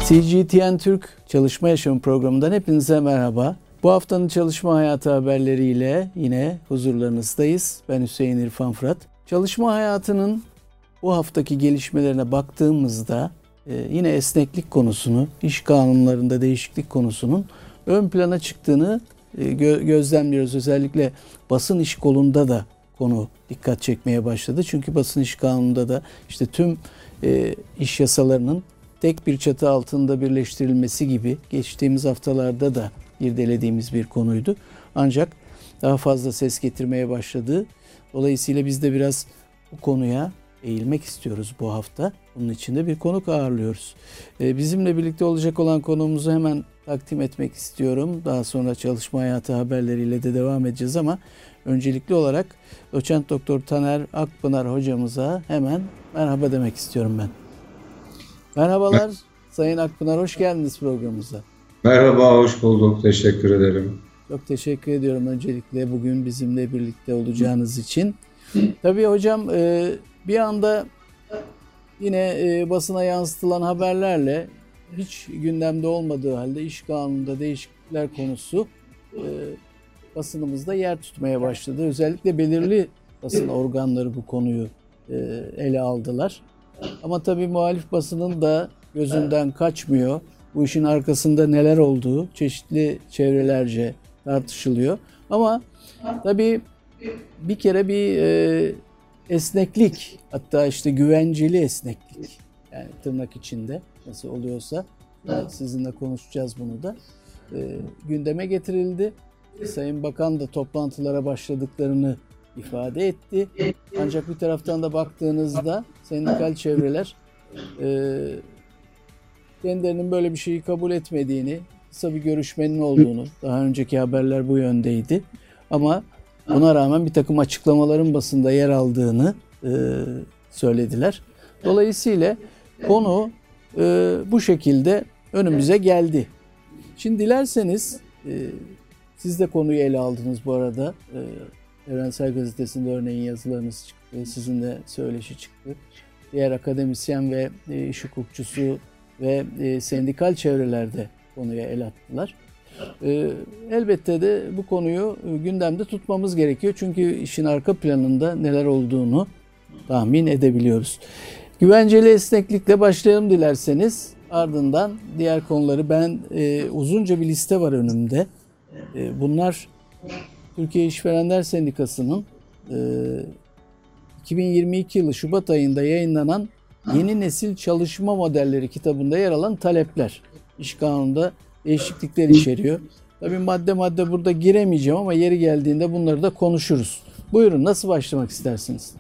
CGTN Türk Çalışma Yaşamı programından hepinize merhaba. Bu haftanın çalışma hayatı haberleriyle yine huzurlarınızdayız. Ben Hüseyin İrfan Fırat. Çalışma hayatının bu haftaki gelişmelerine baktığımızda yine esneklik konusunu, iş kanunlarında değişiklik konusunun ön plana çıktığını gözlemliyoruz. Özellikle basın iş kolunda da konu dikkat çekmeye başladı. Çünkü basın iş kanununda da işte tüm iş yasalarının tek bir çatı altında birleştirilmesi gibi geçtiğimiz haftalarda da irdelediğimiz bir konuydu. Ancak daha fazla ses getirmeye başladı. Dolayısıyla biz de biraz bu konuya eğilmek istiyoruz bu hafta. Bunun için de bir konuk ağırlıyoruz. Bizimle birlikte olacak olan konuğumuzu hemen takdim etmek istiyorum. Daha sonra çalışma hayatı haberleriyle de devam edeceğiz ama öncelikli olarak Doçent Doktor Taner Akpınar hocamıza hemen merhaba demek istiyorum ben. Merhabalar Sayın Akpınar, hoş geldiniz programımıza. Merhaba, hoş bulduk. Teşekkür ederim. Çok teşekkür ediyorum öncelikle bugün bizimle birlikte olacağınız için. Tabii hocam bir anda yine basına yansıtılan haberlerle hiç gündemde olmadığı halde iş kanununda değişiklikler konusu basınımızda yer tutmaya başladı. Özellikle belirli basın organları bu konuyu ele aldılar. Ama tabii muhalif basının da gözünden kaçmıyor. Bu işin arkasında neler olduğu çeşitli çevrelerce tartışılıyor. Ama tabii bir kere bir esneklik, hatta işte güvenceli esneklik, yani tırnak içinde nasıl oluyorsa sizinle konuşacağız bunu da, gündeme getirildi. Sayın Bakan da toplantılara başladıklarını ifade etti. Ancak bir taraftan da baktığınızda sendikal çevreler kendilerinin böyle bir şeyi kabul etmediğini, kısa bir görüşmenin olduğunu, daha önceki haberler bu yöndeydi. Ama buna rağmen bir takım açıklamaların basında yer aldığını söylediler. Dolayısıyla konu bu şekilde önümüze geldi. Şimdi dilerseniz siz de konuyu ele aldınız bu arada. Evrensel Gazetesi'nde örneğin yazılarınız çıktı, sizin de söyleşi çıktı. Diğer akademisyen ve iş hukukçusu ve sendikal çevrelerde konuya el attılar. Elbette de bu konuyu gündemde tutmamız gerekiyor. Çünkü işin arka planında neler olduğunu tahmin edebiliyoruz. Güvenceli esneklikle başlayalım dilerseniz. Ardından diğer konuları uzunca bir liste var önümde. Bunlar Türkiye İşverenler Sendikası'nın 2022 yılı Şubat ayında yayınlanan Yeni Nesil Çalışma Modelleri kitabında yer alan talepler. İş kanununda değişiklikler içeriyor. Tabii madde madde burada giremeyeceğim ama yeri geldiğinde bunları da konuşuruz. Buyurun, nasıl başlamak istersiniz?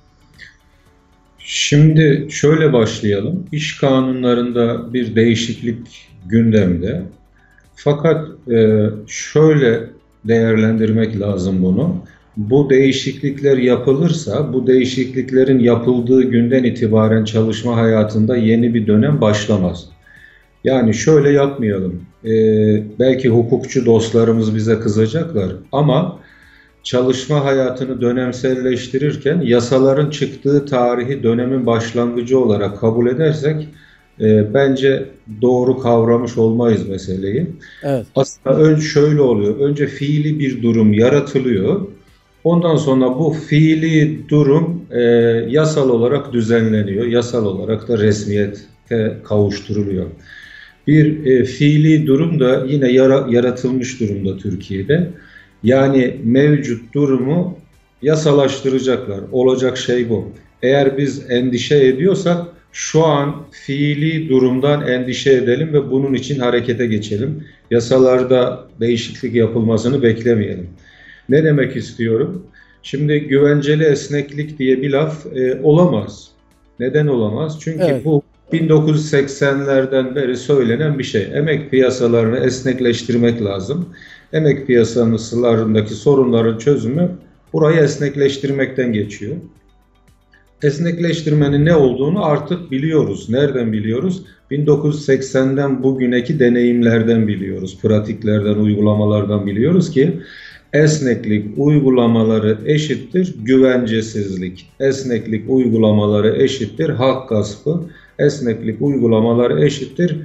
Şimdi şöyle başlayalım. İş kanunlarında bir değişiklik gündemde. Fakat şöyle değerlendirmek lazım bunu. Bu değişiklikler yapılırsa, bu değişikliklerin yapıldığı günden itibaren çalışma hayatında yeni bir dönem başlamaz. Yani şöyle yapmayalım. Belki hukukçu dostlarımız bize kızacaklar ama çalışma hayatını dönemselleştirirken yasaların çıktığı tarihi dönemin başlangıcı olarak kabul edersek bence doğru kavramış olmayız meseleyi. Evet. Aslında şöyle oluyor. Önce fiili bir durum yaratılıyor. Ondan sonra bu fiili durum yasal olarak düzenleniyor. Yasal olarak da resmiyete kavuşturuluyor. Bir fiili durum da yine yaratılmış durumda Türkiye'de. Yani mevcut durumu yasalaştıracaklar. Olacak şey bu. Eğer biz endişe ediyorsak şu an fiili durumdan endişe edelim ve bunun için harekete geçelim. Yasalarda değişiklik yapılmasını beklemeyelim. Ne demek istiyorum? Şimdi güvenceli esneklik diye bir laf olamaz. Neden olamaz? Çünkü bu 1980'lerden beri söylenen bir şey. Emek piyasalarını esnekleştirmek lazım. Emek piyasalarındaki sorunların çözümü burayı esnekleştirmekten geçiyor. Esnekleştirmenin ne olduğunu artık biliyoruz. Nereden biliyoruz? 1980'den bugüneki deneyimlerden biliyoruz. Pratiklerden, uygulamalardan biliyoruz ki esneklik uygulamaları eşittir güvencesizlik. Esneklik uygulamaları eşittir hak gaspı. Esneklik uygulamaları eşittir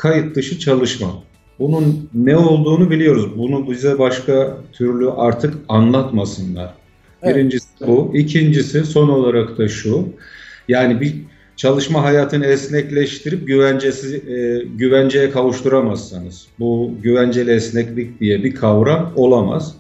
kayıt dışı çalışma. Bunun ne olduğunu biliyoruz. Bunu bize başka türlü artık anlatmasınlar. Evet. Birincisi bu. İkincisi son olarak da şu. Yani bir çalışma hayatını esnekleştirip güvenceye kavuşturamazsanız. Bu güvenceli esneklik diye bir kavram olamaz.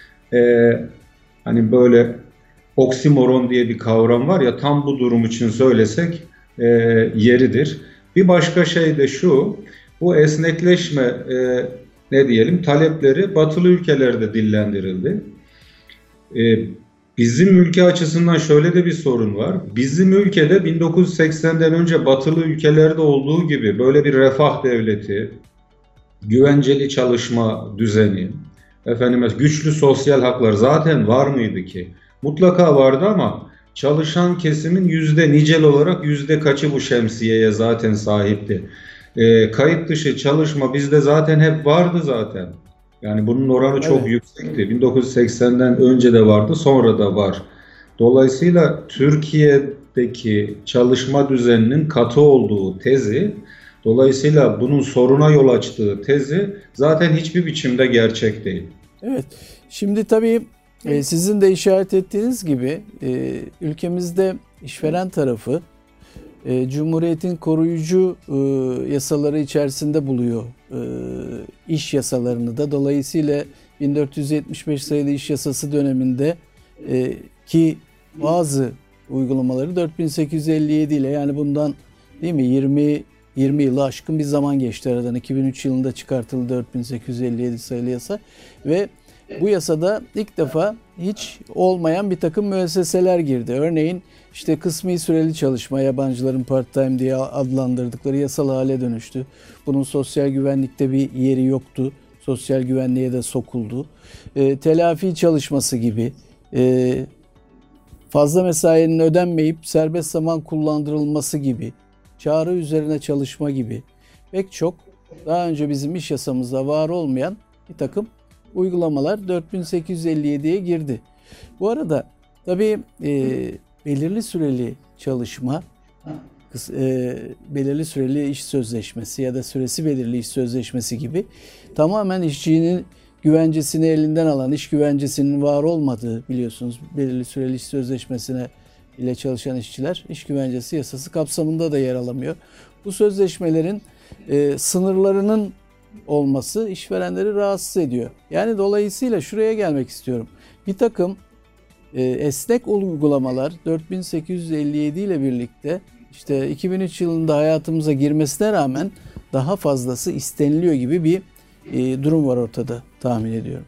Hani böyle oksimoron diye bir kavram var ya, tam bu durum için söylesek yeridir. Bir başka şey de şu. Bu esnekleşme ne diyelim talepleri batılı ülkelerde dillendirildi. Bizim ülke açısından şöyle de bir sorun var. Bizim ülkede 1980'den önce batılı ülkelerde olduğu gibi böyle bir refah devleti, güvenceli çalışma düzeni, güçlü sosyal haklar zaten var mıydı ki? Mutlaka vardı ama çalışan kesimin nicel olarak yüzde kaçı bu şemsiyeye zaten sahipti. Kayıt dışı çalışma bizde zaten hep vardı zaten. Yani bunun oranı çok yüksekti. 1980'den önce de vardı, sonra da var. Dolayısıyla Türkiye'deki çalışma düzeninin katı olduğu tezi, dolayısıyla bunun soruna yol açtığı tezi zaten hiçbir biçimde gerçek değil. Evet. Şimdi tabii sizin de işaret ettiğiniz gibi ülkemizde işveren tarafı Cumhuriyet'in koruyucu yasaları içerisinde buluyor iş yasalarını da. Dolayısıyla 1475 sayılı iş yasası döneminde ki bazı uygulamaları 4857 ile, yani bundan değil mi 20 yılı aşkın bir zaman geçti aradan. 2003 yılında çıkartıldı 4857 sayılı yasa ve bu yasada ilk defa hiç olmayan bir takım müesseseler girdi. Örneğin işte kısmi süreli çalışma, yabancıların part-time diye adlandırdıkları yasal hale dönüştü. Bunun sosyal güvenlikte bir yeri yoktu. Sosyal güvenliğe de sokuldu. Telafi çalışması gibi, fazla mesainin ödenmeyip serbest zaman kullandırılması gibi, çağrı üzerine çalışma gibi pek çok daha önce bizim iş yasamızda var olmayan bir takım uygulamalar 4857'ye girdi. Bu arada tabii belirli süreli çalışma, belirli süreli iş sözleşmesi ya da süresi belirli iş sözleşmesi gibi tamamen işçinin güvencesini elinden alan, iş güvencesinin var olmadığı, biliyorsunuz belirli süreli iş sözleşmesine ile çalışan işçiler iş güvencesi yasası kapsamında da yer alamıyor. Bu sözleşmelerin sınırlarının olması işverenleri rahatsız ediyor. Yani dolayısıyla şuraya gelmek istiyorum. Bir takım esnek uygulamalar 4857 ile birlikte işte 2003 yılında hayatımıza girmesine rağmen daha fazlası isteniliyor gibi bir durum var ortada, tahmin ediyorum.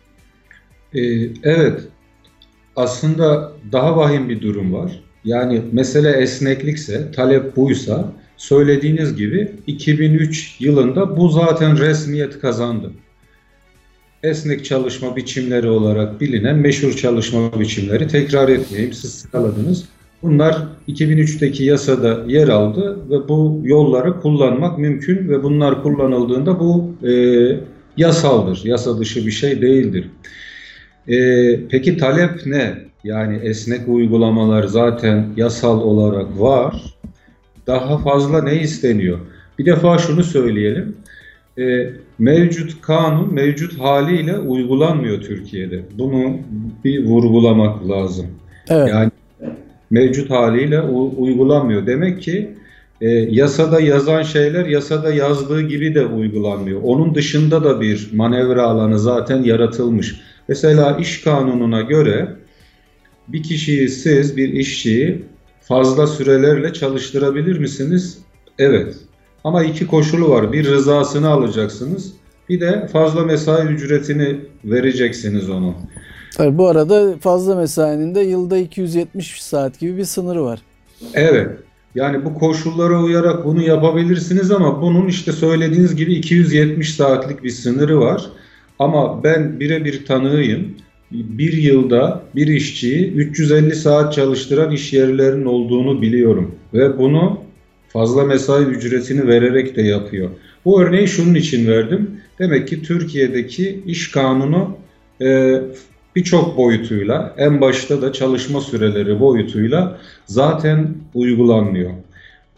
Evet. Aslında daha vahim bir durum var. Yani mesele esneklikse, talep buysa, söylediğiniz gibi 2003 yılında bu zaten resmiyet kazandı. Esnek çalışma biçimleri olarak bilinen meşhur çalışma biçimleri, tekrar etmeyeyim, siz sıraladınız. Bunlar 2003'teki yasada yer aldı ve bu yolları kullanmak mümkün ve bunlar kullanıldığında bu yasaldır. Yasa dışı bir şey değildir. Peki talep ne? Yani esnek uygulamalar zaten yasal olarak var. Daha fazla ne isteniyor? Bir defa şunu söyleyelim. Mevcut kanun mevcut haliyle uygulanmıyor Türkiye'de. Bunu bir vurgulamak lazım. Evet. Yani mevcut haliyle uygulanmıyor. Demek ki yasada yazan şeyler yasada yazdığı gibi de uygulanmıyor. Onun dışında da bir manevra alanı zaten yaratılmış. Mesela iş kanununa göre bir kişiyi, siz bir işçiyi fazla sürelerle çalıştırabilir misiniz? Evet. Ama iki koşulu var. Bir, rızasını alacaksınız. Bir de fazla mesai ücretini vereceksiniz ona. Tabii bu arada fazla mesainin de yılda 270 saat gibi bir sınırı var. Evet. Yani bu koşullara uyarak bunu yapabilirsiniz ama bunun işte söylediğiniz gibi 270 saatlik bir sınırı var. Ama ben birebir tanığıyım. Bir yılda bir işçiyi 350 saat çalıştıran iş yerlerinin olduğunu biliyorum. Ve bunu fazla mesai ücretini vererek de yapıyor. Bu örneği şunun için verdim. Demek ki Türkiye'deki iş kanunu birçok boyutuyla, en başta da çalışma süreleri boyutuyla zaten uygulanmıyor.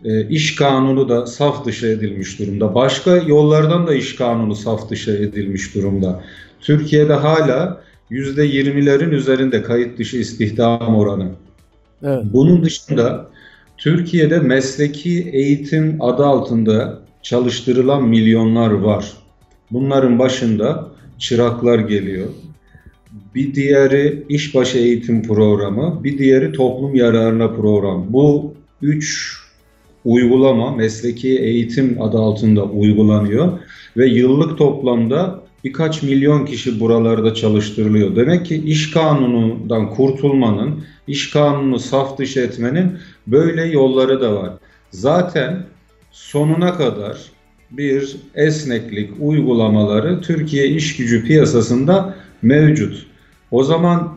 İş kanunu da saf dışı edilmiş durumda. Başka yollardan da iş kanunu saf dışı edilmiş durumda. Türkiye'de hala %20'lerin üzerinde kayıt dışı istihdam oranı. Evet. Bunun dışında Türkiye'de mesleki eğitim adı altında çalıştırılan milyonlar var. Bunların başında çıraklar geliyor. Bir diğeri işbaşı eğitim programı, bir diğeri toplum yararına program. Bu 3 uygulama mesleki eğitim adı altında uygulanıyor ve yıllık toplamda birkaç milyon kişi buralarda çalıştırılıyor. Demek ki iş kanunundan kurtulmanın, iş kanunu saf dışı etmenin böyle yolları da var. Zaten sonuna kadar bir esneklik uygulamaları Türkiye iş gücü piyasasında mevcut. O zaman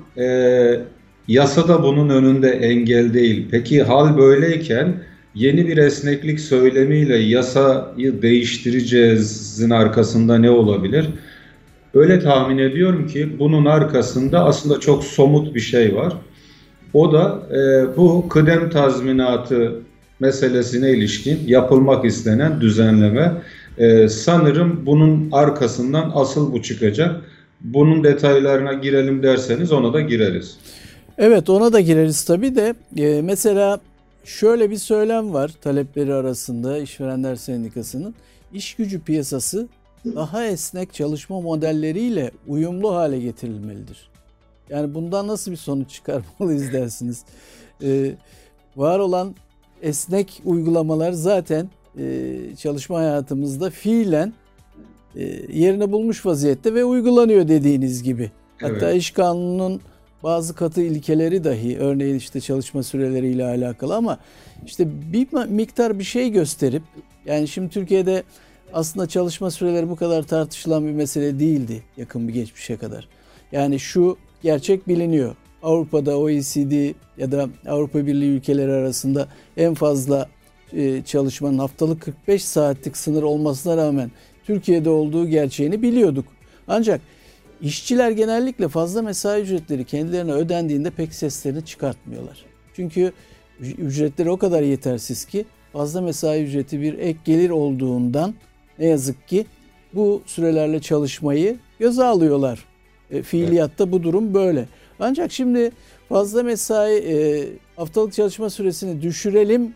yasada bunun önünde engel değil. Peki hal böyleyken yeni bir esneklik söylemiyle yasayı değiştireceğizin arkasında ne olabilir? Öyle tahmin ediyorum ki bunun arkasında aslında çok somut bir şey var. O da bu kıdem tazminatı meselesine ilişkin yapılmak istenen düzenleme. Sanırım bunun arkasından asıl bu çıkacak. Bunun detaylarına girelim derseniz ona da gireriz. Evet, ona da gireriz tabii de mesela şöyle bir söylem var talepleri arasında İşverenler Sendikası'nın. İş gücü piyasası daha esnek çalışma modelleriyle uyumlu hale getirilmelidir. Yani bundan nasıl bir sonuç çıkarmalıyız dersiniz. Var olan esnek uygulamalar zaten çalışma hayatımızda fiilen yerini bulmuş vaziyette ve uygulanıyor dediğiniz gibi. Hatta Evet. iş kanununun bazı katı ilkeleri dahi, örneğin işte çalışma süreleriyle alakalı, ama işte bir miktar bir şey gösterip, yani şimdi Türkiye'de aslında çalışma süreleri bu kadar tartışılan bir mesele değildi yakın bir geçmişe kadar. Yani şu gerçek biliniyor. Avrupa'da OECD ya da Avrupa Birliği ülkeleri arasında en fazla çalışmanın haftalık 45 saatlik sınır olmasına rağmen Türkiye'de olduğu gerçeğini biliyorduk. Ancak işçiler genellikle fazla mesai ücretleri kendilerine ödendiğinde pek seslerini çıkartmıyorlar. Çünkü ücretleri o kadar yetersiz ki fazla mesai ücreti bir ek gelir olduğundan ne yazık ki bu sürelerle çalışmayı göze alıyorlar. Fiiliyatta bu durum böyle. Ancak şimdi fazla mesai, haftalık çalışma süresini düşürelim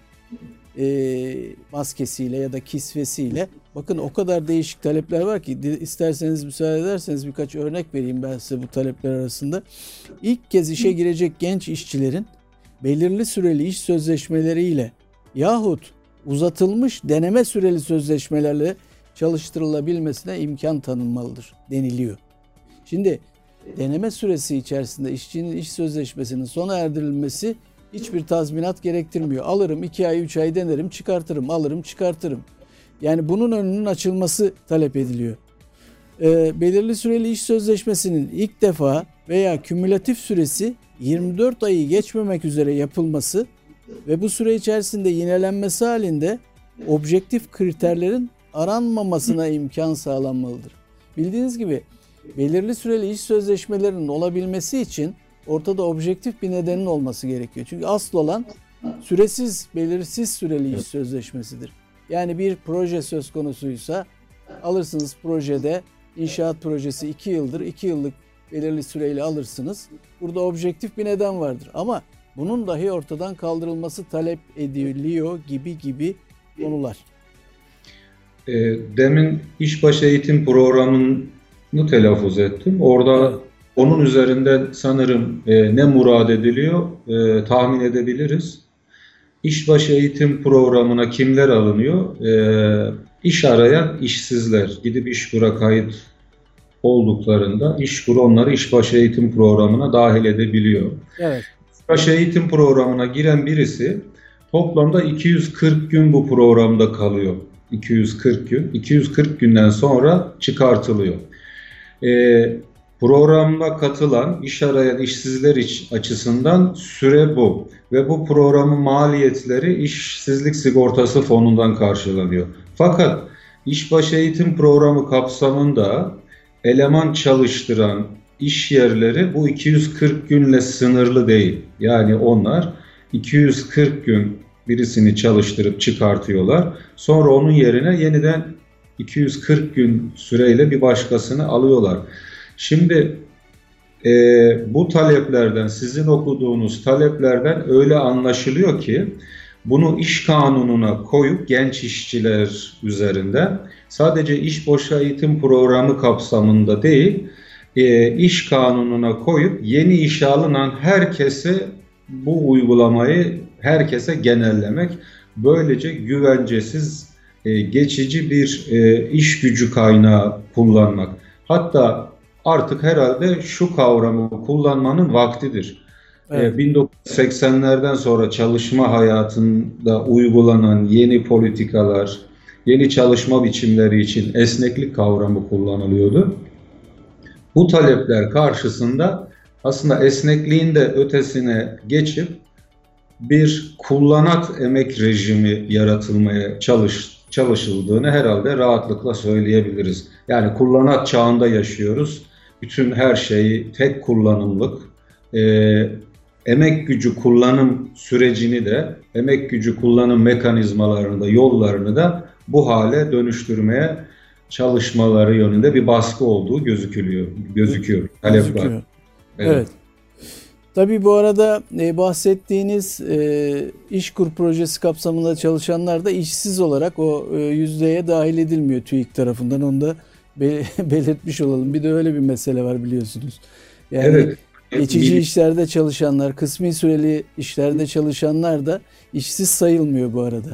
maskesiyle ya da kisvesiyle, bakın o kadar değişik talepler var ki, isterseniz müsaade ederseniz birkaç örnek vereyim ben size bu talepler arasında. İlk kez işe girecek genç işçilerin belirli süreli iş sözleşmeleriyle yahut uzatılmış deneme süreli sözleşmelerle çalıştırılabilmesine imkan tanınmalıdır deniliyor. Şimdi deneme süresi içerisinde işçinin iş sözleşmesinin sona erdirilmesi hiçbir tazminat gerektirmiyor. Alırım 2 ay 3 ay denerim çıkartırım, alırım çıkartırım. Yani bunun önünün açılması talep ediliyor. Belirli süreli iş sözleşmesinin ilk defa veya kümülatif süresi 24 ayı geçmemek üzere yapılması ve bu süre içerisinde yinelenmesi halinde objektif kriterlerin aranmamasına imkan sağlanmalıdır. Bildiğiniz gibi belirli süreli iş sözleşmelerinin olabilmesi için ortada objektif bir nedenin olması gerekiyor. Çünkü asıl olan süresiz, belirsiz süreli iş sözleşmesidir. Yani bir proje söz konusuysa alırsınız, projede inşaat projesi 2 yıldır, 2 yıllık belirli süreyle alırsınız. Burada objektif bir neden vardır. Ama bunun dahi ortadan kaldırılması talep ediliyor gibi konular. Demin işbaşı eğitim programını telaffuz ettim. Orada onun üzerinde sanırım ne murad ediliyor tahmin edebiliriz. İşbaşı eğitim programına kimler alınıyor? İş arayan işsizler. Gidip İşkur'a kayıt olduklarında İşkur onları işbaşı eğitim programına dahil edebiliyor. Evet. İşbaşı eğitim programına giren birisi toplamda 240 gün bu programda kalıyor. 240 gün. 240 günden sonra çıkartılıyor. Programa katılan, iş arayan işsizler açısından süre bu. Ve bu programın maliyetleri işsizlik sigortası fonundan karşılanıyor. Fakat işbaşı eğitim programı kapsamında eleman çalıştıran iş yerleri bu 240 günle sınırlı değil. Yani onlar 240 gün birisini çalıştırıp çıkartıyorlar. Sonra onun yerine yeniden 240 gün süreyle bir başkasını alıyorlar. Şimdi bu taleplerden, sizin okuduğunuz taleplerden öyle anlaşılıyor ki bunu iş kanununa koyup genç işçiler üzerinden sadece iş boş eğitim programı kapsamında değil, iş kanununa koyup yeni işe alınan herkese bu uygulamayı herkese genellemek, böylece güvencesiz geçici bir iş gücü kaynağı kullanmak. Hatta artık herhalde şu kavramı kullanmanın vaktidir. Evet. 1980'lerden sonra çalışma hayatında uygulanan yeni politikalar, yeni çalışma biçimleri için esneklik kavramı kullanılıyordu. Bu talepler karşısında aslında esnekliğin de ötesine geçip bir kullanat emek rejimi yaratılmaya çalışıldığını herhalde rahatlıkla söyleyebiliriz. Yani kullanat çağında yaşıyoruz. Bütün her şeyi tek kullanımlık, emek gücü kullanım sürecini de, emek gücü kullanım mekanizmalarını da, yollarını da bu hale dönüştürmeye çalışmaları yönünde bir baskı olduğu gözüküyor. Talep var. Evet. Tabii bu arada bahsettiğiniz İşkur projesi kapsamında çalışanlar da işsiz olarak o yüzdeye dahil edilmiyor TÜİK tarafından. Onu da belirtmiş olalım. Bir de öyle bir mesele var biliyorsunuz. Yani evet. Geçici işlerde çalışanlar, kısmi süreli işlerde çalışanlar da işsiz sayılmıyor bu arada.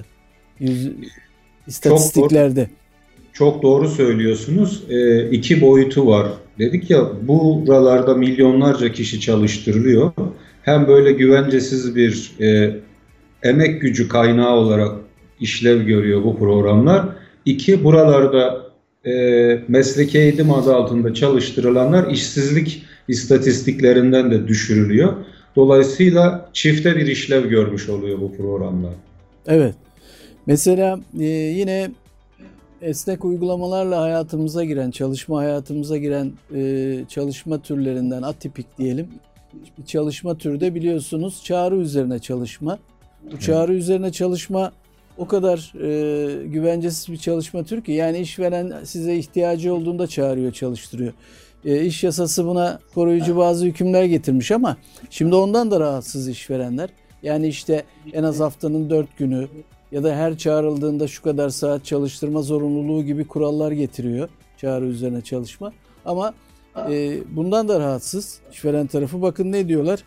İstatistiklerde. Çok doğru söylüyorsunuz. İki boyutu var. Dedik ya, buralarda milyonlarca kişi çalıştırılıyor. Hem böyle güvencesiz bir emek gücü kaynağı olarak işlev görüyor bu programlar. İki, buralarda mesleki eğitim adı altında çalıştırılanlar işsizlik istatistiklerinden de düşürülüyor. Dolayısıyla çifte bir işlev görmüş oluyor bu programlar. Evet. Mesela yine esnek uygulamalarla hayatımıza giren, çalışma hayatımıza giren çalışma türlerinden atipik diyelim. Bir çalışma türü de biliyorsunuz çağrı üzerine çalışma. Bu çağrı üzerine çalışma o kadar güvencesiz bir çalışma türü ki, yani işveren size ihtiyacı olduğunda çağırıyor, çalıştırıyor. İş yasası buna koruyucu bazı hükümler getirmiş ama şimdi ondan da rahatsız işverenler. Yani işte en az haftanın 4 günü ya da her çağrıldığında şu kadar saat çalıştırma zorunluluğu gibi kurallar getiriyor çağrı üzerine çalışma. Ama bundan da rahatsız işveren tarafı. Bakın ne diyorlar?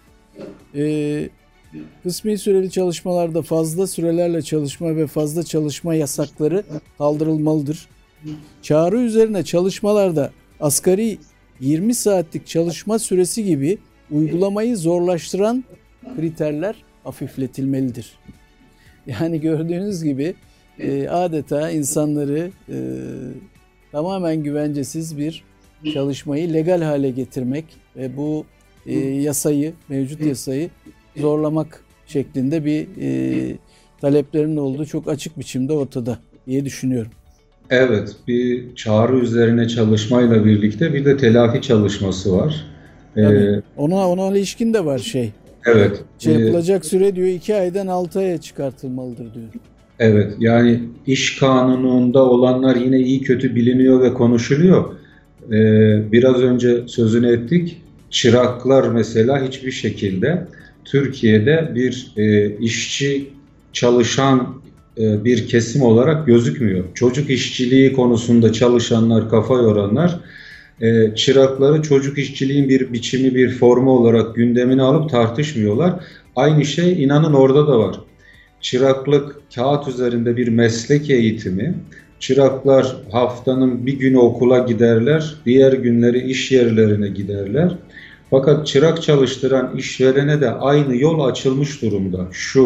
Kısmi süreli çalışmalarda fazla sürelerle çalışma ve fazla çalışma yasakları kaldırılmalıdır. Çağrı üzerine çalışmalarda asgari 20 saatlik çalışma süresi gibi uygulamayı zorlaştıran kriterler hafifletilmelidir. Yani gördüğünüz gibi adeta insanları tamamen güvencesiz bir çalışmayı legal hale getirmek ve bu yasayı, mevcut yasayı zorlamak şeklinde bir taleplerin olduğu çok açık biçimde ortada diye düşünüyorum. Evet, bir çağrı üzerine çalışmayla birlikte bir de telafi çalışması var. Ona ilişkin de var Evet. Yapılacak süre diyor 2 aydan 6 aya çıkartılmalıdır diyor. Evet, yani iş kanununda olanlar yine iyi kötü biliniyor ve konuşuluyor. Biraz önce sözünü ettik. Çıraklar mesela hiçbir şekilde Türkiye'de bir işçi çalışan bir kesim olarak gözükmüyor. Çocuk işçiliği konusunda çalışanlar, kafa yoranlar çırakları çocuk işçiliğin bir biçimi, bir formu olarak gündemine alıp tartışmıyorlar. Aynı şey inanın orada da var. Çıraklık kağıt üzerinde bir meslek eğitimi. Çıraklar haftanın bir günü okula giderler, diğer günleri iş yerlerine giderler. Fakat çırak çalıştıran işverene de aynı yol açılmış durumda.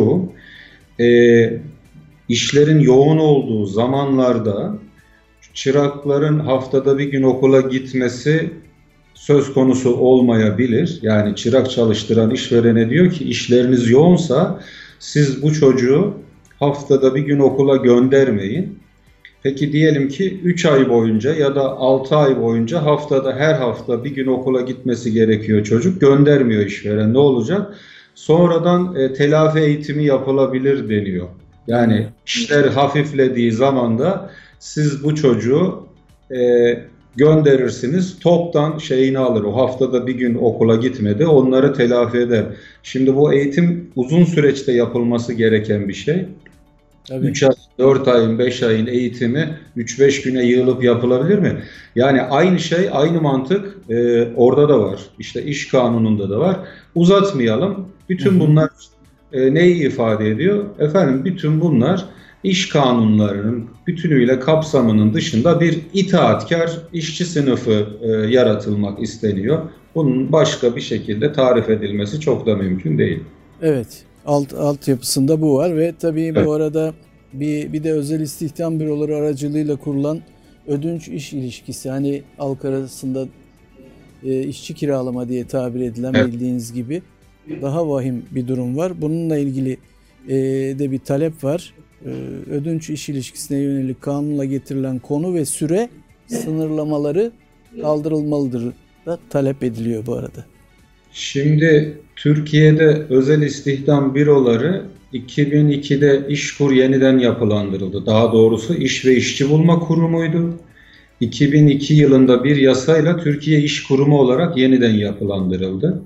İşlerin yoğun olduğu zamanlarda çırakların haftada bir gün okula gitmesi söz konusu olmayabilir. Yani çırak çalıştıran işverene diyor ki işleriniz yoğunsa siz bu çocuğu haftada bir gün okula göndermeyin. Peki diyelim ki 3 ay boyunca ya da 6 ay boyunca her hafta bir gün okula gitmesi gerekiyor çocuk. Göndermiyor işveren. Ne olacak? Sonradan telafi eğitimi yapılabilir deniyor. Yani işler hafiflediği zaman da siz bu çocuğu gönderirsiniz. Toptan şeyini alır. O haftada bir gün okula gitmedi. Onları telafi eder. Şimdi bu eğitim uzun süreçte yapılması gereken bir şey. Tabii. 3 ay, 4 ayın, 5 ayın eğitimi 3-5 güne yığılıp yapılabilir mi? Yani aynı şey, aynı mantık orada da var. İşte iş kanununda da var. Uzatmayalım. Bütün bunlar neyi ifade ediyor? Efendim bütün bunlar iş kanunlarının bütünüyle kapsamının dışında bir itaatkar işçi sınıfı yaratılmak isteniyor. Bunun başka bir şekilde tarif edilmesi çok da mümkün değil. Evet. Altyapısında bu var ve tabii Evet. bu arada bir de özel istihdam büroları aracılığıyla kurulan ödünç iş ilişkisi, hani halk arasında işçi kiralama diye tabir edilen, Evet. bildiğiniz gibi daha vahim bir durum var. Bununla ilgili de bir talep var. Ödünç iş ilişkisine yönelik kanunla getirilen konu ve süre sınırlamaları kaldırılmalıdır da talep ediliyor bu arada. Şimdi Türkiye'de özel istihdam büroları 2002'de İşkur yeniden yapılandırıldı. Daha doğrusu İş ve İşçi Bulma Kurumu'ydu. 2002 yılında bir yasayla Türkiye İş Kurumu olarak yeniden yapılandırıldı.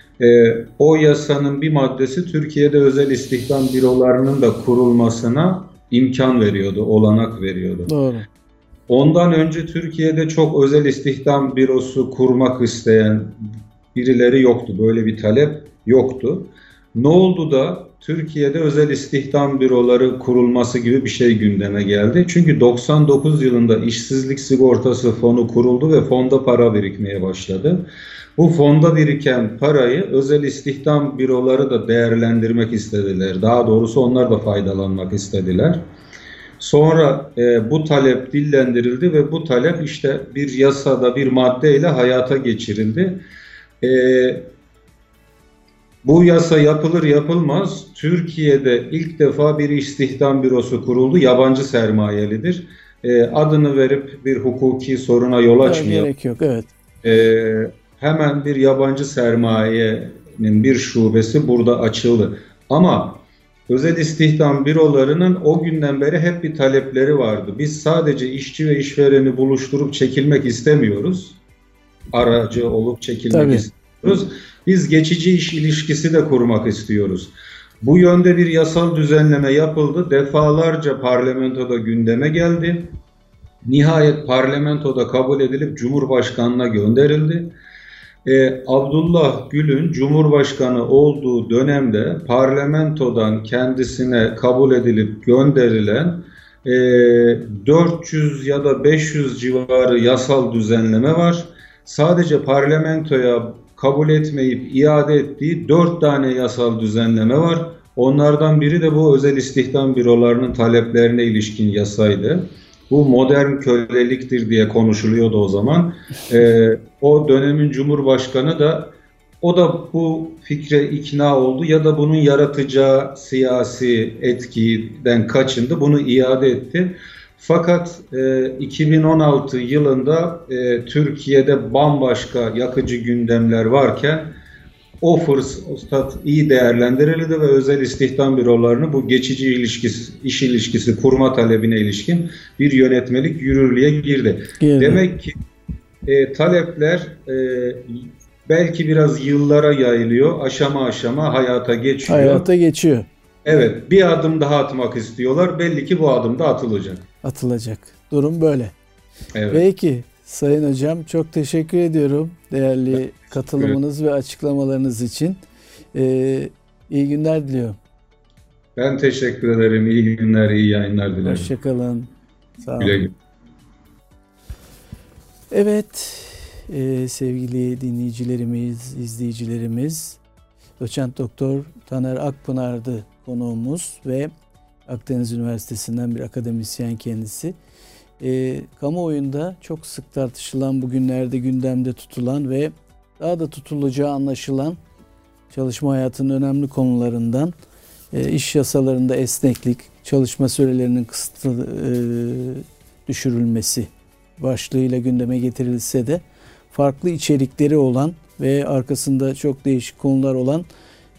O yasanın bir maddesi Türkiye'de özel istihdam bürolarının da kurulmasına imkan veriyordu, olanak veriyordu. Doğru. Ondan önce Türkiye'de çok özel istihdam bürosu kurmak isteyen birileri yoktu. Böyle bir talep yoktu. Ne oldu da Türkiye'de özel istihdam büroları kurulması gibi bir şey gündeme geldi? Çünkü 99 yılında işsizlik sigortası fonu kuruldu ve fonda para birikmeye başladı. Bu fonda biriken parayı özel istihdam büroları da değerlendirmek istediler. Daha doğrusu onlar da faydalanmak istediler. Sonra bu talep dillendirildi ve bu talep işte bir yasada bir maddeyle hayata geçirildi. Bu yasa yapılır yapılmaz Türkiye'de ilk defa bir istihdam bürosu kuruldu. Yabancı sermayelidir. Adını verip bir hukuki soruna yol açmıyor. Gerek yok, evet. Hemen bir yabancı sermayenin bir şubesi burada açıldı. Ama özel istihdam bürolarının o günden beri hep bir talepleri vardı. Biz sadece işçi ve işvereni buluşturup çekilmek istemiyoruz. Aracı olup çekilmek istiyoruz. Biz geçici iş ilişkisi de kurmak istiyoruz. Bu yönde bir yasal düzenleme yapıldı. Defalarca parlamentoda gündeme geldi. Nihayet parlamentoda kabul edilip Cumhurbaşkanı'na gönderildi. Abdullah Gül'ün Cumhurbaşkanı olduğu dönemde parlamentodan kendisine kabul edilip gönderilen 400 ya da 500 civarı yasal düzenleme var. Sadece parlamentoya kabul etmeyip iade ettiği 4 tane yasal düzenleme var. Onlardan biri de bu özel istihdam bürolarının taleplerine ilişkin yasaydı. Bu modern köleliktir diye konuşuluyordu o zaman. O dönemin Cumhurbaşkanı da bu fikre ikna oldu ya da bunun yaratacağı siyasi etkiden kaçındı. Bunu iade etti. Fakat 2016 yılında Türkiye'de bambaşka yakıcı gündemler varken o fırsat iyi değerlendirildi ve özel istihdam bürolarını bu geçici iş ilişkisi kurma talebine ilişkin bir yönetmelik yürürlüğe girdi. Demek ki talepler belki biraz yıllara yayılıyor, aşama aşama hayata geçiyor. Hayata geçiyor. Evet, bir adım daha atmak istiyorlar. Belli ki bu adım da atılacak. Atılacak. Durum böyle. Evet. Peki Sayın Hocam, çok teşekkür ediyorum değerli katılımınız ve açıklamalarınız için. İyi günler diliyorum. Ben teşekkür ederim. İyi günler, iyi yayınlar dilerim. Hoşçakalın. Sağ olun. Güle güle. Evet, sevgili dinleyicilerimiz, izleyicilerimiz, Doçent Doktor Taner Akpınar'dı konuğumuz ve Akdeniz Üniversitesi'nden bir akademisyen kendisi. Kamuoyunda çok sık tartışılan, bugünlerde gündemde tutulan ve daha da tutulacağı anlaşılan çalışma hayatının önemli konularından iş yasalarında esneklik, çalışma sürelerinin kısıtlı düşürülmesi başlığıyla gündeme getirilse de farklı içerikleri olan ve arkasında çok değişik konular olan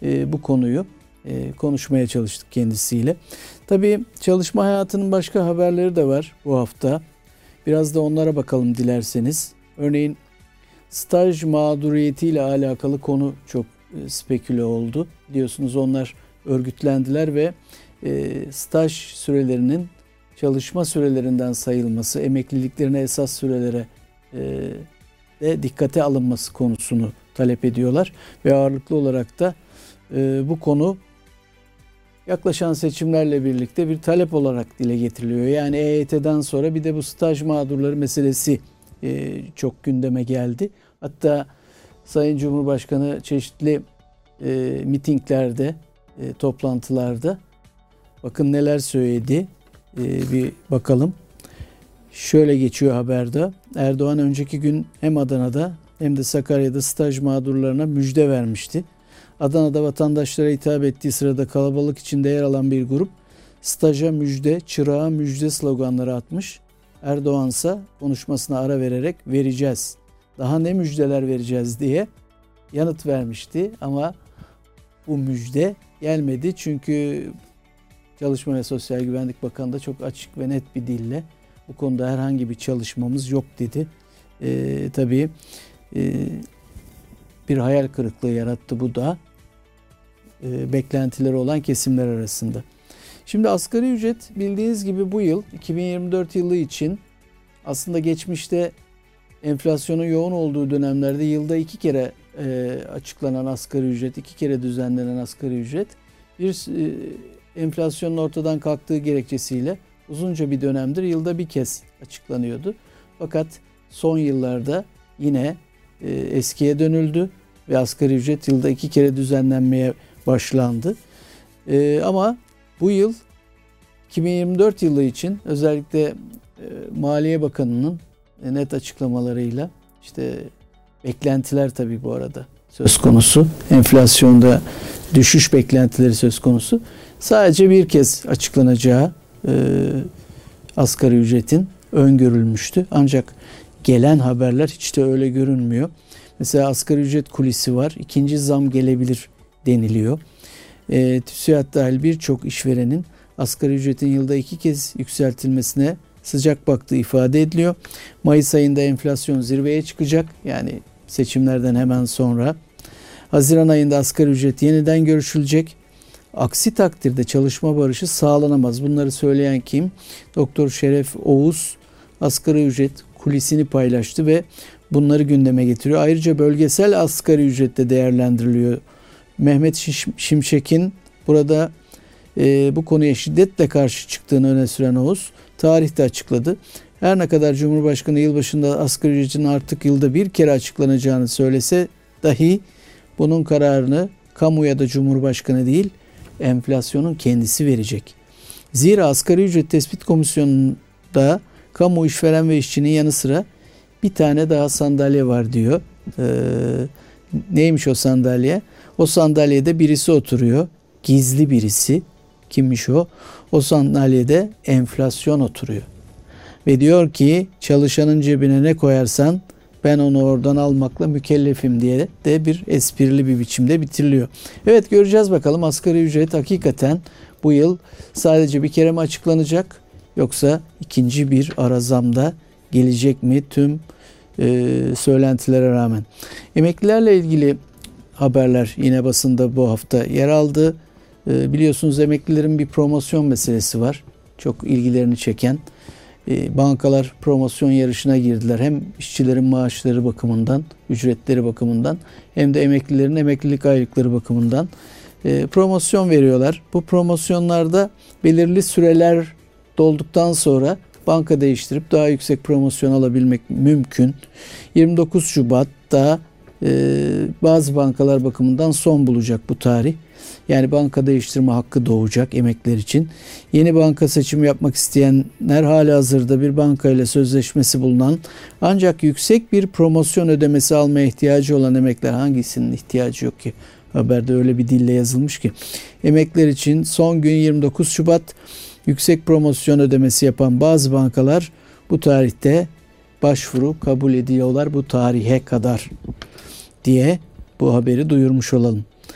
bu konuyu konuşmaya çalıştık kendisiyle. Tabii çalışma hayatının başka haberleri de var bu hafta. Biraz da onlara bakalım dilerseniz. Örneğin staj mağduriyetiyle alakalı konu çok speküle oldu. Biliyorsunuz onlar örgütlendiler ve staj sürelerinin çalışma sürelerinden sayılması, emekliliklerine esas sürelere de dikkate alınması konusunu talep ediyorlar. Ve ağırlıklı olarak da bu konu yaklaşan seçimlerle birlikte bir talep olarak dile getiriliyor. Yani EYT'den sonra bir de bu staj mağdurları meselesi çok gündeme geldi. Hatta Sayın Cumhurbaşkanı çeşitli mitinglerde, toplantılarda bakın neler söyledi. Bir bakalım. Şöyle geçiyor haberde. Erdoğan önceki gün hem Adana'da hem de Sakarya'da staj mağdurlarına müjde vermişti. Adana'da vatandaşlara hitap ettiği sırada kalabalık içinde yer alan bir grup staja müjde, çırağa müjde sloganları atmış. Erdoğan ise konuşmasına ara vererek vereceğiz, daha ne müjdeler vereceğiz diye yanıt vermişti. Ama bu müjde gelmedi çünkü Çalışma ve Sosyal Güvenlik Bakanı da çok açık ve net bir dille bu konuda herhangi bir çalışmamız yok dedi. Tabii bir hayal kırıklığı yarattı bu da beklentileri olan kesimler arasında. Şimdi asgari ücret bildiğiniz gibi bu yıl 2024 yılı için aslında geçmişte enflasyonun yoğun olduğu dönemlerde yılda 2 kere açıklanan asgari ücret, 2 kere düzenlenen asgari ücret bir enflasyonun ortadan kalktığı gerekçesiyle uzunca bir dönemdir yılda bir kez açıklanıyordu. Fakat son yıllarda yine eskiye dönüldü ve asgari ücret yılda 2 kere düzenlenmeye başlandı. Ama bu yıl 2024 yılı için özellikle Maliye Bakanı'nın net açıklamalarıyla işte beklentiler tabii bu arada söz konusu. Enflasyonda düşüş beklentileri söz konusu. Sadece bir kez açıklanacağı asgari ücretin öngörülmüştü. Ancak gelen haberler hiç de öyle görünmüyor. Mesela asgari ücret kulisi var. 2. zam gelebilir deniliyor. TÜSİAD dahil birçok işverenin asgari ücretin yılda 2 kez yükseltilmesine sıcak baktığı ifade ediliyor. Mayıs ayında enflasyon zirveye çıkacak. Yani seçimlerden hemen sonra. Haziran ayında asgari ücret yeniden görüşülecek. Aksi takdirde çalışma barışı sağlanamaz. Bunları söyleyen kim? Doktor Şeref Oğuz asgari ücret kulisini paylaştı ve bunları gündeme getiriyor. Ayrıca bölgesel asgari ücrette değerlendiriliyor. Mehmet Şimşek'in burada bu konuya şiddetle karşı çıktığını öne süren Oğuz tarihte açıkladı. Her ne kadar Cumhurbaşkanı yılbaşında asgari ücretin artık yılda bir kere açıklanacağını söylese dahi bunun kararını kamu ya da Cumhurbaşkanı değil, enflasyonun kendisi verecek. Zira Asgari Ücret Tespit Komisyonu'nda kamu işveren ve işçinin yanı sıra bir tane daha sandalye var diyor. Neymiş o sandalye? O sandalyede birisi oturuyor. Gizli birisi. Kimmiş o? O sandalyede enflasyon oturuyor. Ve diyor ki çalışanın cebine ne koyarsan ben onu oradan almakla mükellefim diye de bir esprili bir biçimde bitiriliyor. Evet, göreceğiz bakalım asgari ücret hakikaten bu yıl sadece bir kere mi açıklanacak yoksa ikinci bir ara zamda gelecek mi tüm söylentilere rağmen. Emeklilerle ilgili haberler yine basında bu hafta yer aldı. Biliyorsunuz emeklilerin bir promosyon meselesi var. Çok ilgilerini çeken. Bankalar promosyon yarışına girdiler. Hem işçilerin maaşları bakımından, ücretleri bakımından hem de emeklilerin emeklilik aylıkları bakımından promosyon veriyorlar. Bu promosyonlarda belirli süreler dolduktan sonra banka değiştirip daha yüksek promosyon alabilmek mümkün. 29 Şubat'ta bazı bankalar bakımından son bulacak bu tarih. Yani banka değiştirme hakkı doğacak emekliler için. Yeni banka seçimi yapmak isteyenler halihazırda bir bankayla sözleşmesi bulunan ancak yüksek bir promosyon ödemesi almaya ihtiyacı olan emekliler, hangisinin ihtiyacı yok ki? Haberde öyle bir dille yazılmış ki. Emekliler için son gün 29 Şubat, yüksek promosyon ödemesi yapan bazı bankalar bu tarihte başvuru kabul ediyorlar bu tarihe kadar diye bu haberi duyurmuş olalım.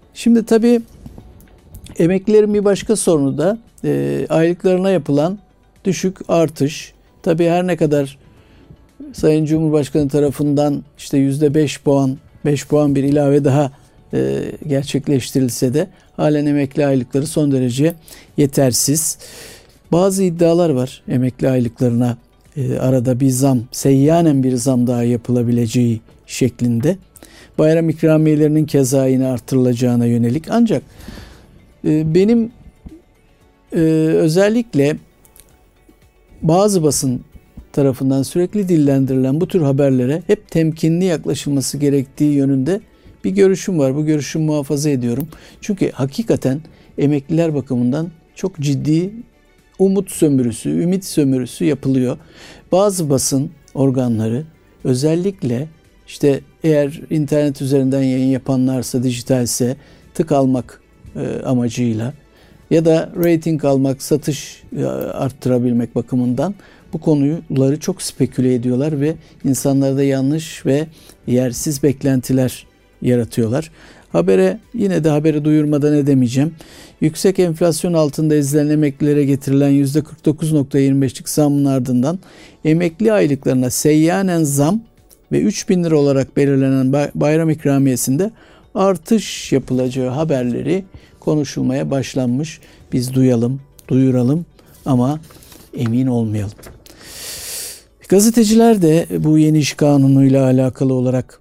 Şimdi tabii emeklilerin bir başka sorunu da aylıklarına yapılan düşük artış. Tabii her ne kadar Sayın Cumhurbaşkanı tarafından işte %5 puan bir ilave daha gerçekleştirilse de halen emekli aylıkları son derece yetersiz. Bazı iddialar var emekli aylıklarına arada bir zam, seyyanen bir zam daha yapılabileceği şeklinde. Bayram ikramiyelerinin keza yine artırılacağına yönelik. Ancak benim özellikle bazı basın tarafından sürekli dillendirilen bu tür haberlere hep temkinli yaklaşılması gerektiği yönünde bir görüşüm var. Bu görüşümü muhafaza ediyorum. Çünkü hakikaten emekliler bakımından çok ciddi umut sömürüsü, ümit sömürüsü yapılıyor. Bazı basın organları özellikle işte eğer internet üzerinden yayın yapanlarsa, dijitalse tık almak amacıyla ya da reyting almak, satış arttırabilmek bakımından bu konuları çok speküle ediyorlar ve insanlarda yanlış ve yersiz beklentiler yaratıyorlar. Yine de haberi duyurmadan edemeyeceğim. Yüksek enflasyon altında ezilen emeklilere getirilen %49.25'lik zamın ardından emekli aylıklarına seyyanen zam ve 3.000 lira olarak belirlenen bayram ikramiyesinde artış yapılacağı haberleri konuşulmaya başlanmış. Biz duyuralım ama emin olmayalım. Gazeteciler de bu yeni iş kanunuyla alakalı olarak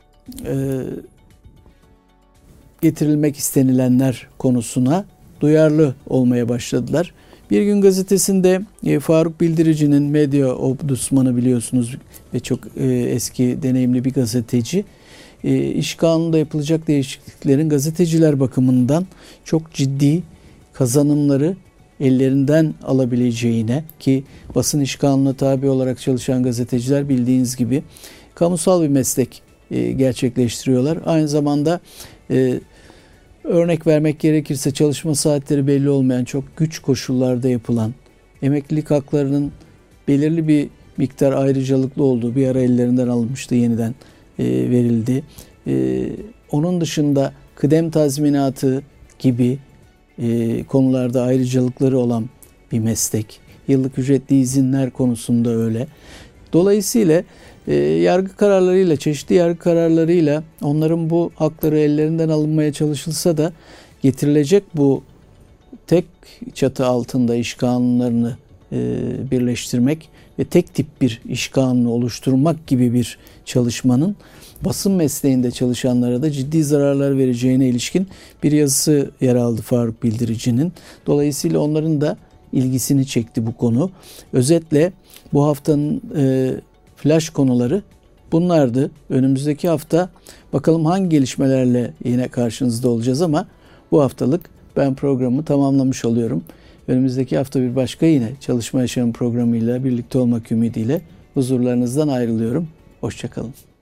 getirilmek istenilenler konusuna duyarlı olmaya başladılar. Bir Gün Gazetesi'nde Faruk Bildirici'nin medya ombudsmanı biliyorsunuz ve çok eski deneyimli bir gazeteci. İş kanununda yapılacak değişikliklerin gazeteciler bakımından çok ciddi kazanımları ellerinden alabileceğine, ki basın iş kanununa tabi olarak çalışan gazeteciler bildiğiniz gibi kamusal bir meslek gerçekleştiriyorlar. Aynı zamanda örnek vermek gerekirse çalışma saatleri belli olmayan, çok güç koşullarda yapılan, emeklilik haklarının belirli bir miktar ayrıcalıklı olduğu, bir ara ellerinden alınmıştı, yeniden verildi. Onun dışında kıdem tazminatı gibi konularda ayrıcalıkları olan bir meslek. Yıllık ücretli izinler konusunda öyle. Dolayısıyla çeşitli yargı kararlarıyla onların bu hakları ellerinden alınmaya çalışılsa da getirilecek bu tek çatı altında iş kanunlarını birleştirmek ve tek tip bir iş kanunu oluşturmak gibi bir çalışmanın basın mesleğinde çalışanlara da ciddi zararlar vereceğine ilişkin bir yazısı yer aldı Faruk Bildirici'nin. Dolayısıyla onların da ilgisini çekti bu konu. Özetle bu haftanın flash konuları bunlardı. Önümüzdeki hafta bakalım hangi gelişmelerle yine karşınızda olacağız ama bu haftalık ben programı tamamlamış oluyorum. Önümüzdeki hafta bir başka yine Çalışma Yaşamı programıyla birlikte olmak ümidiyle huzurlarınızdan ayrılıyorum. Hoşça kalın.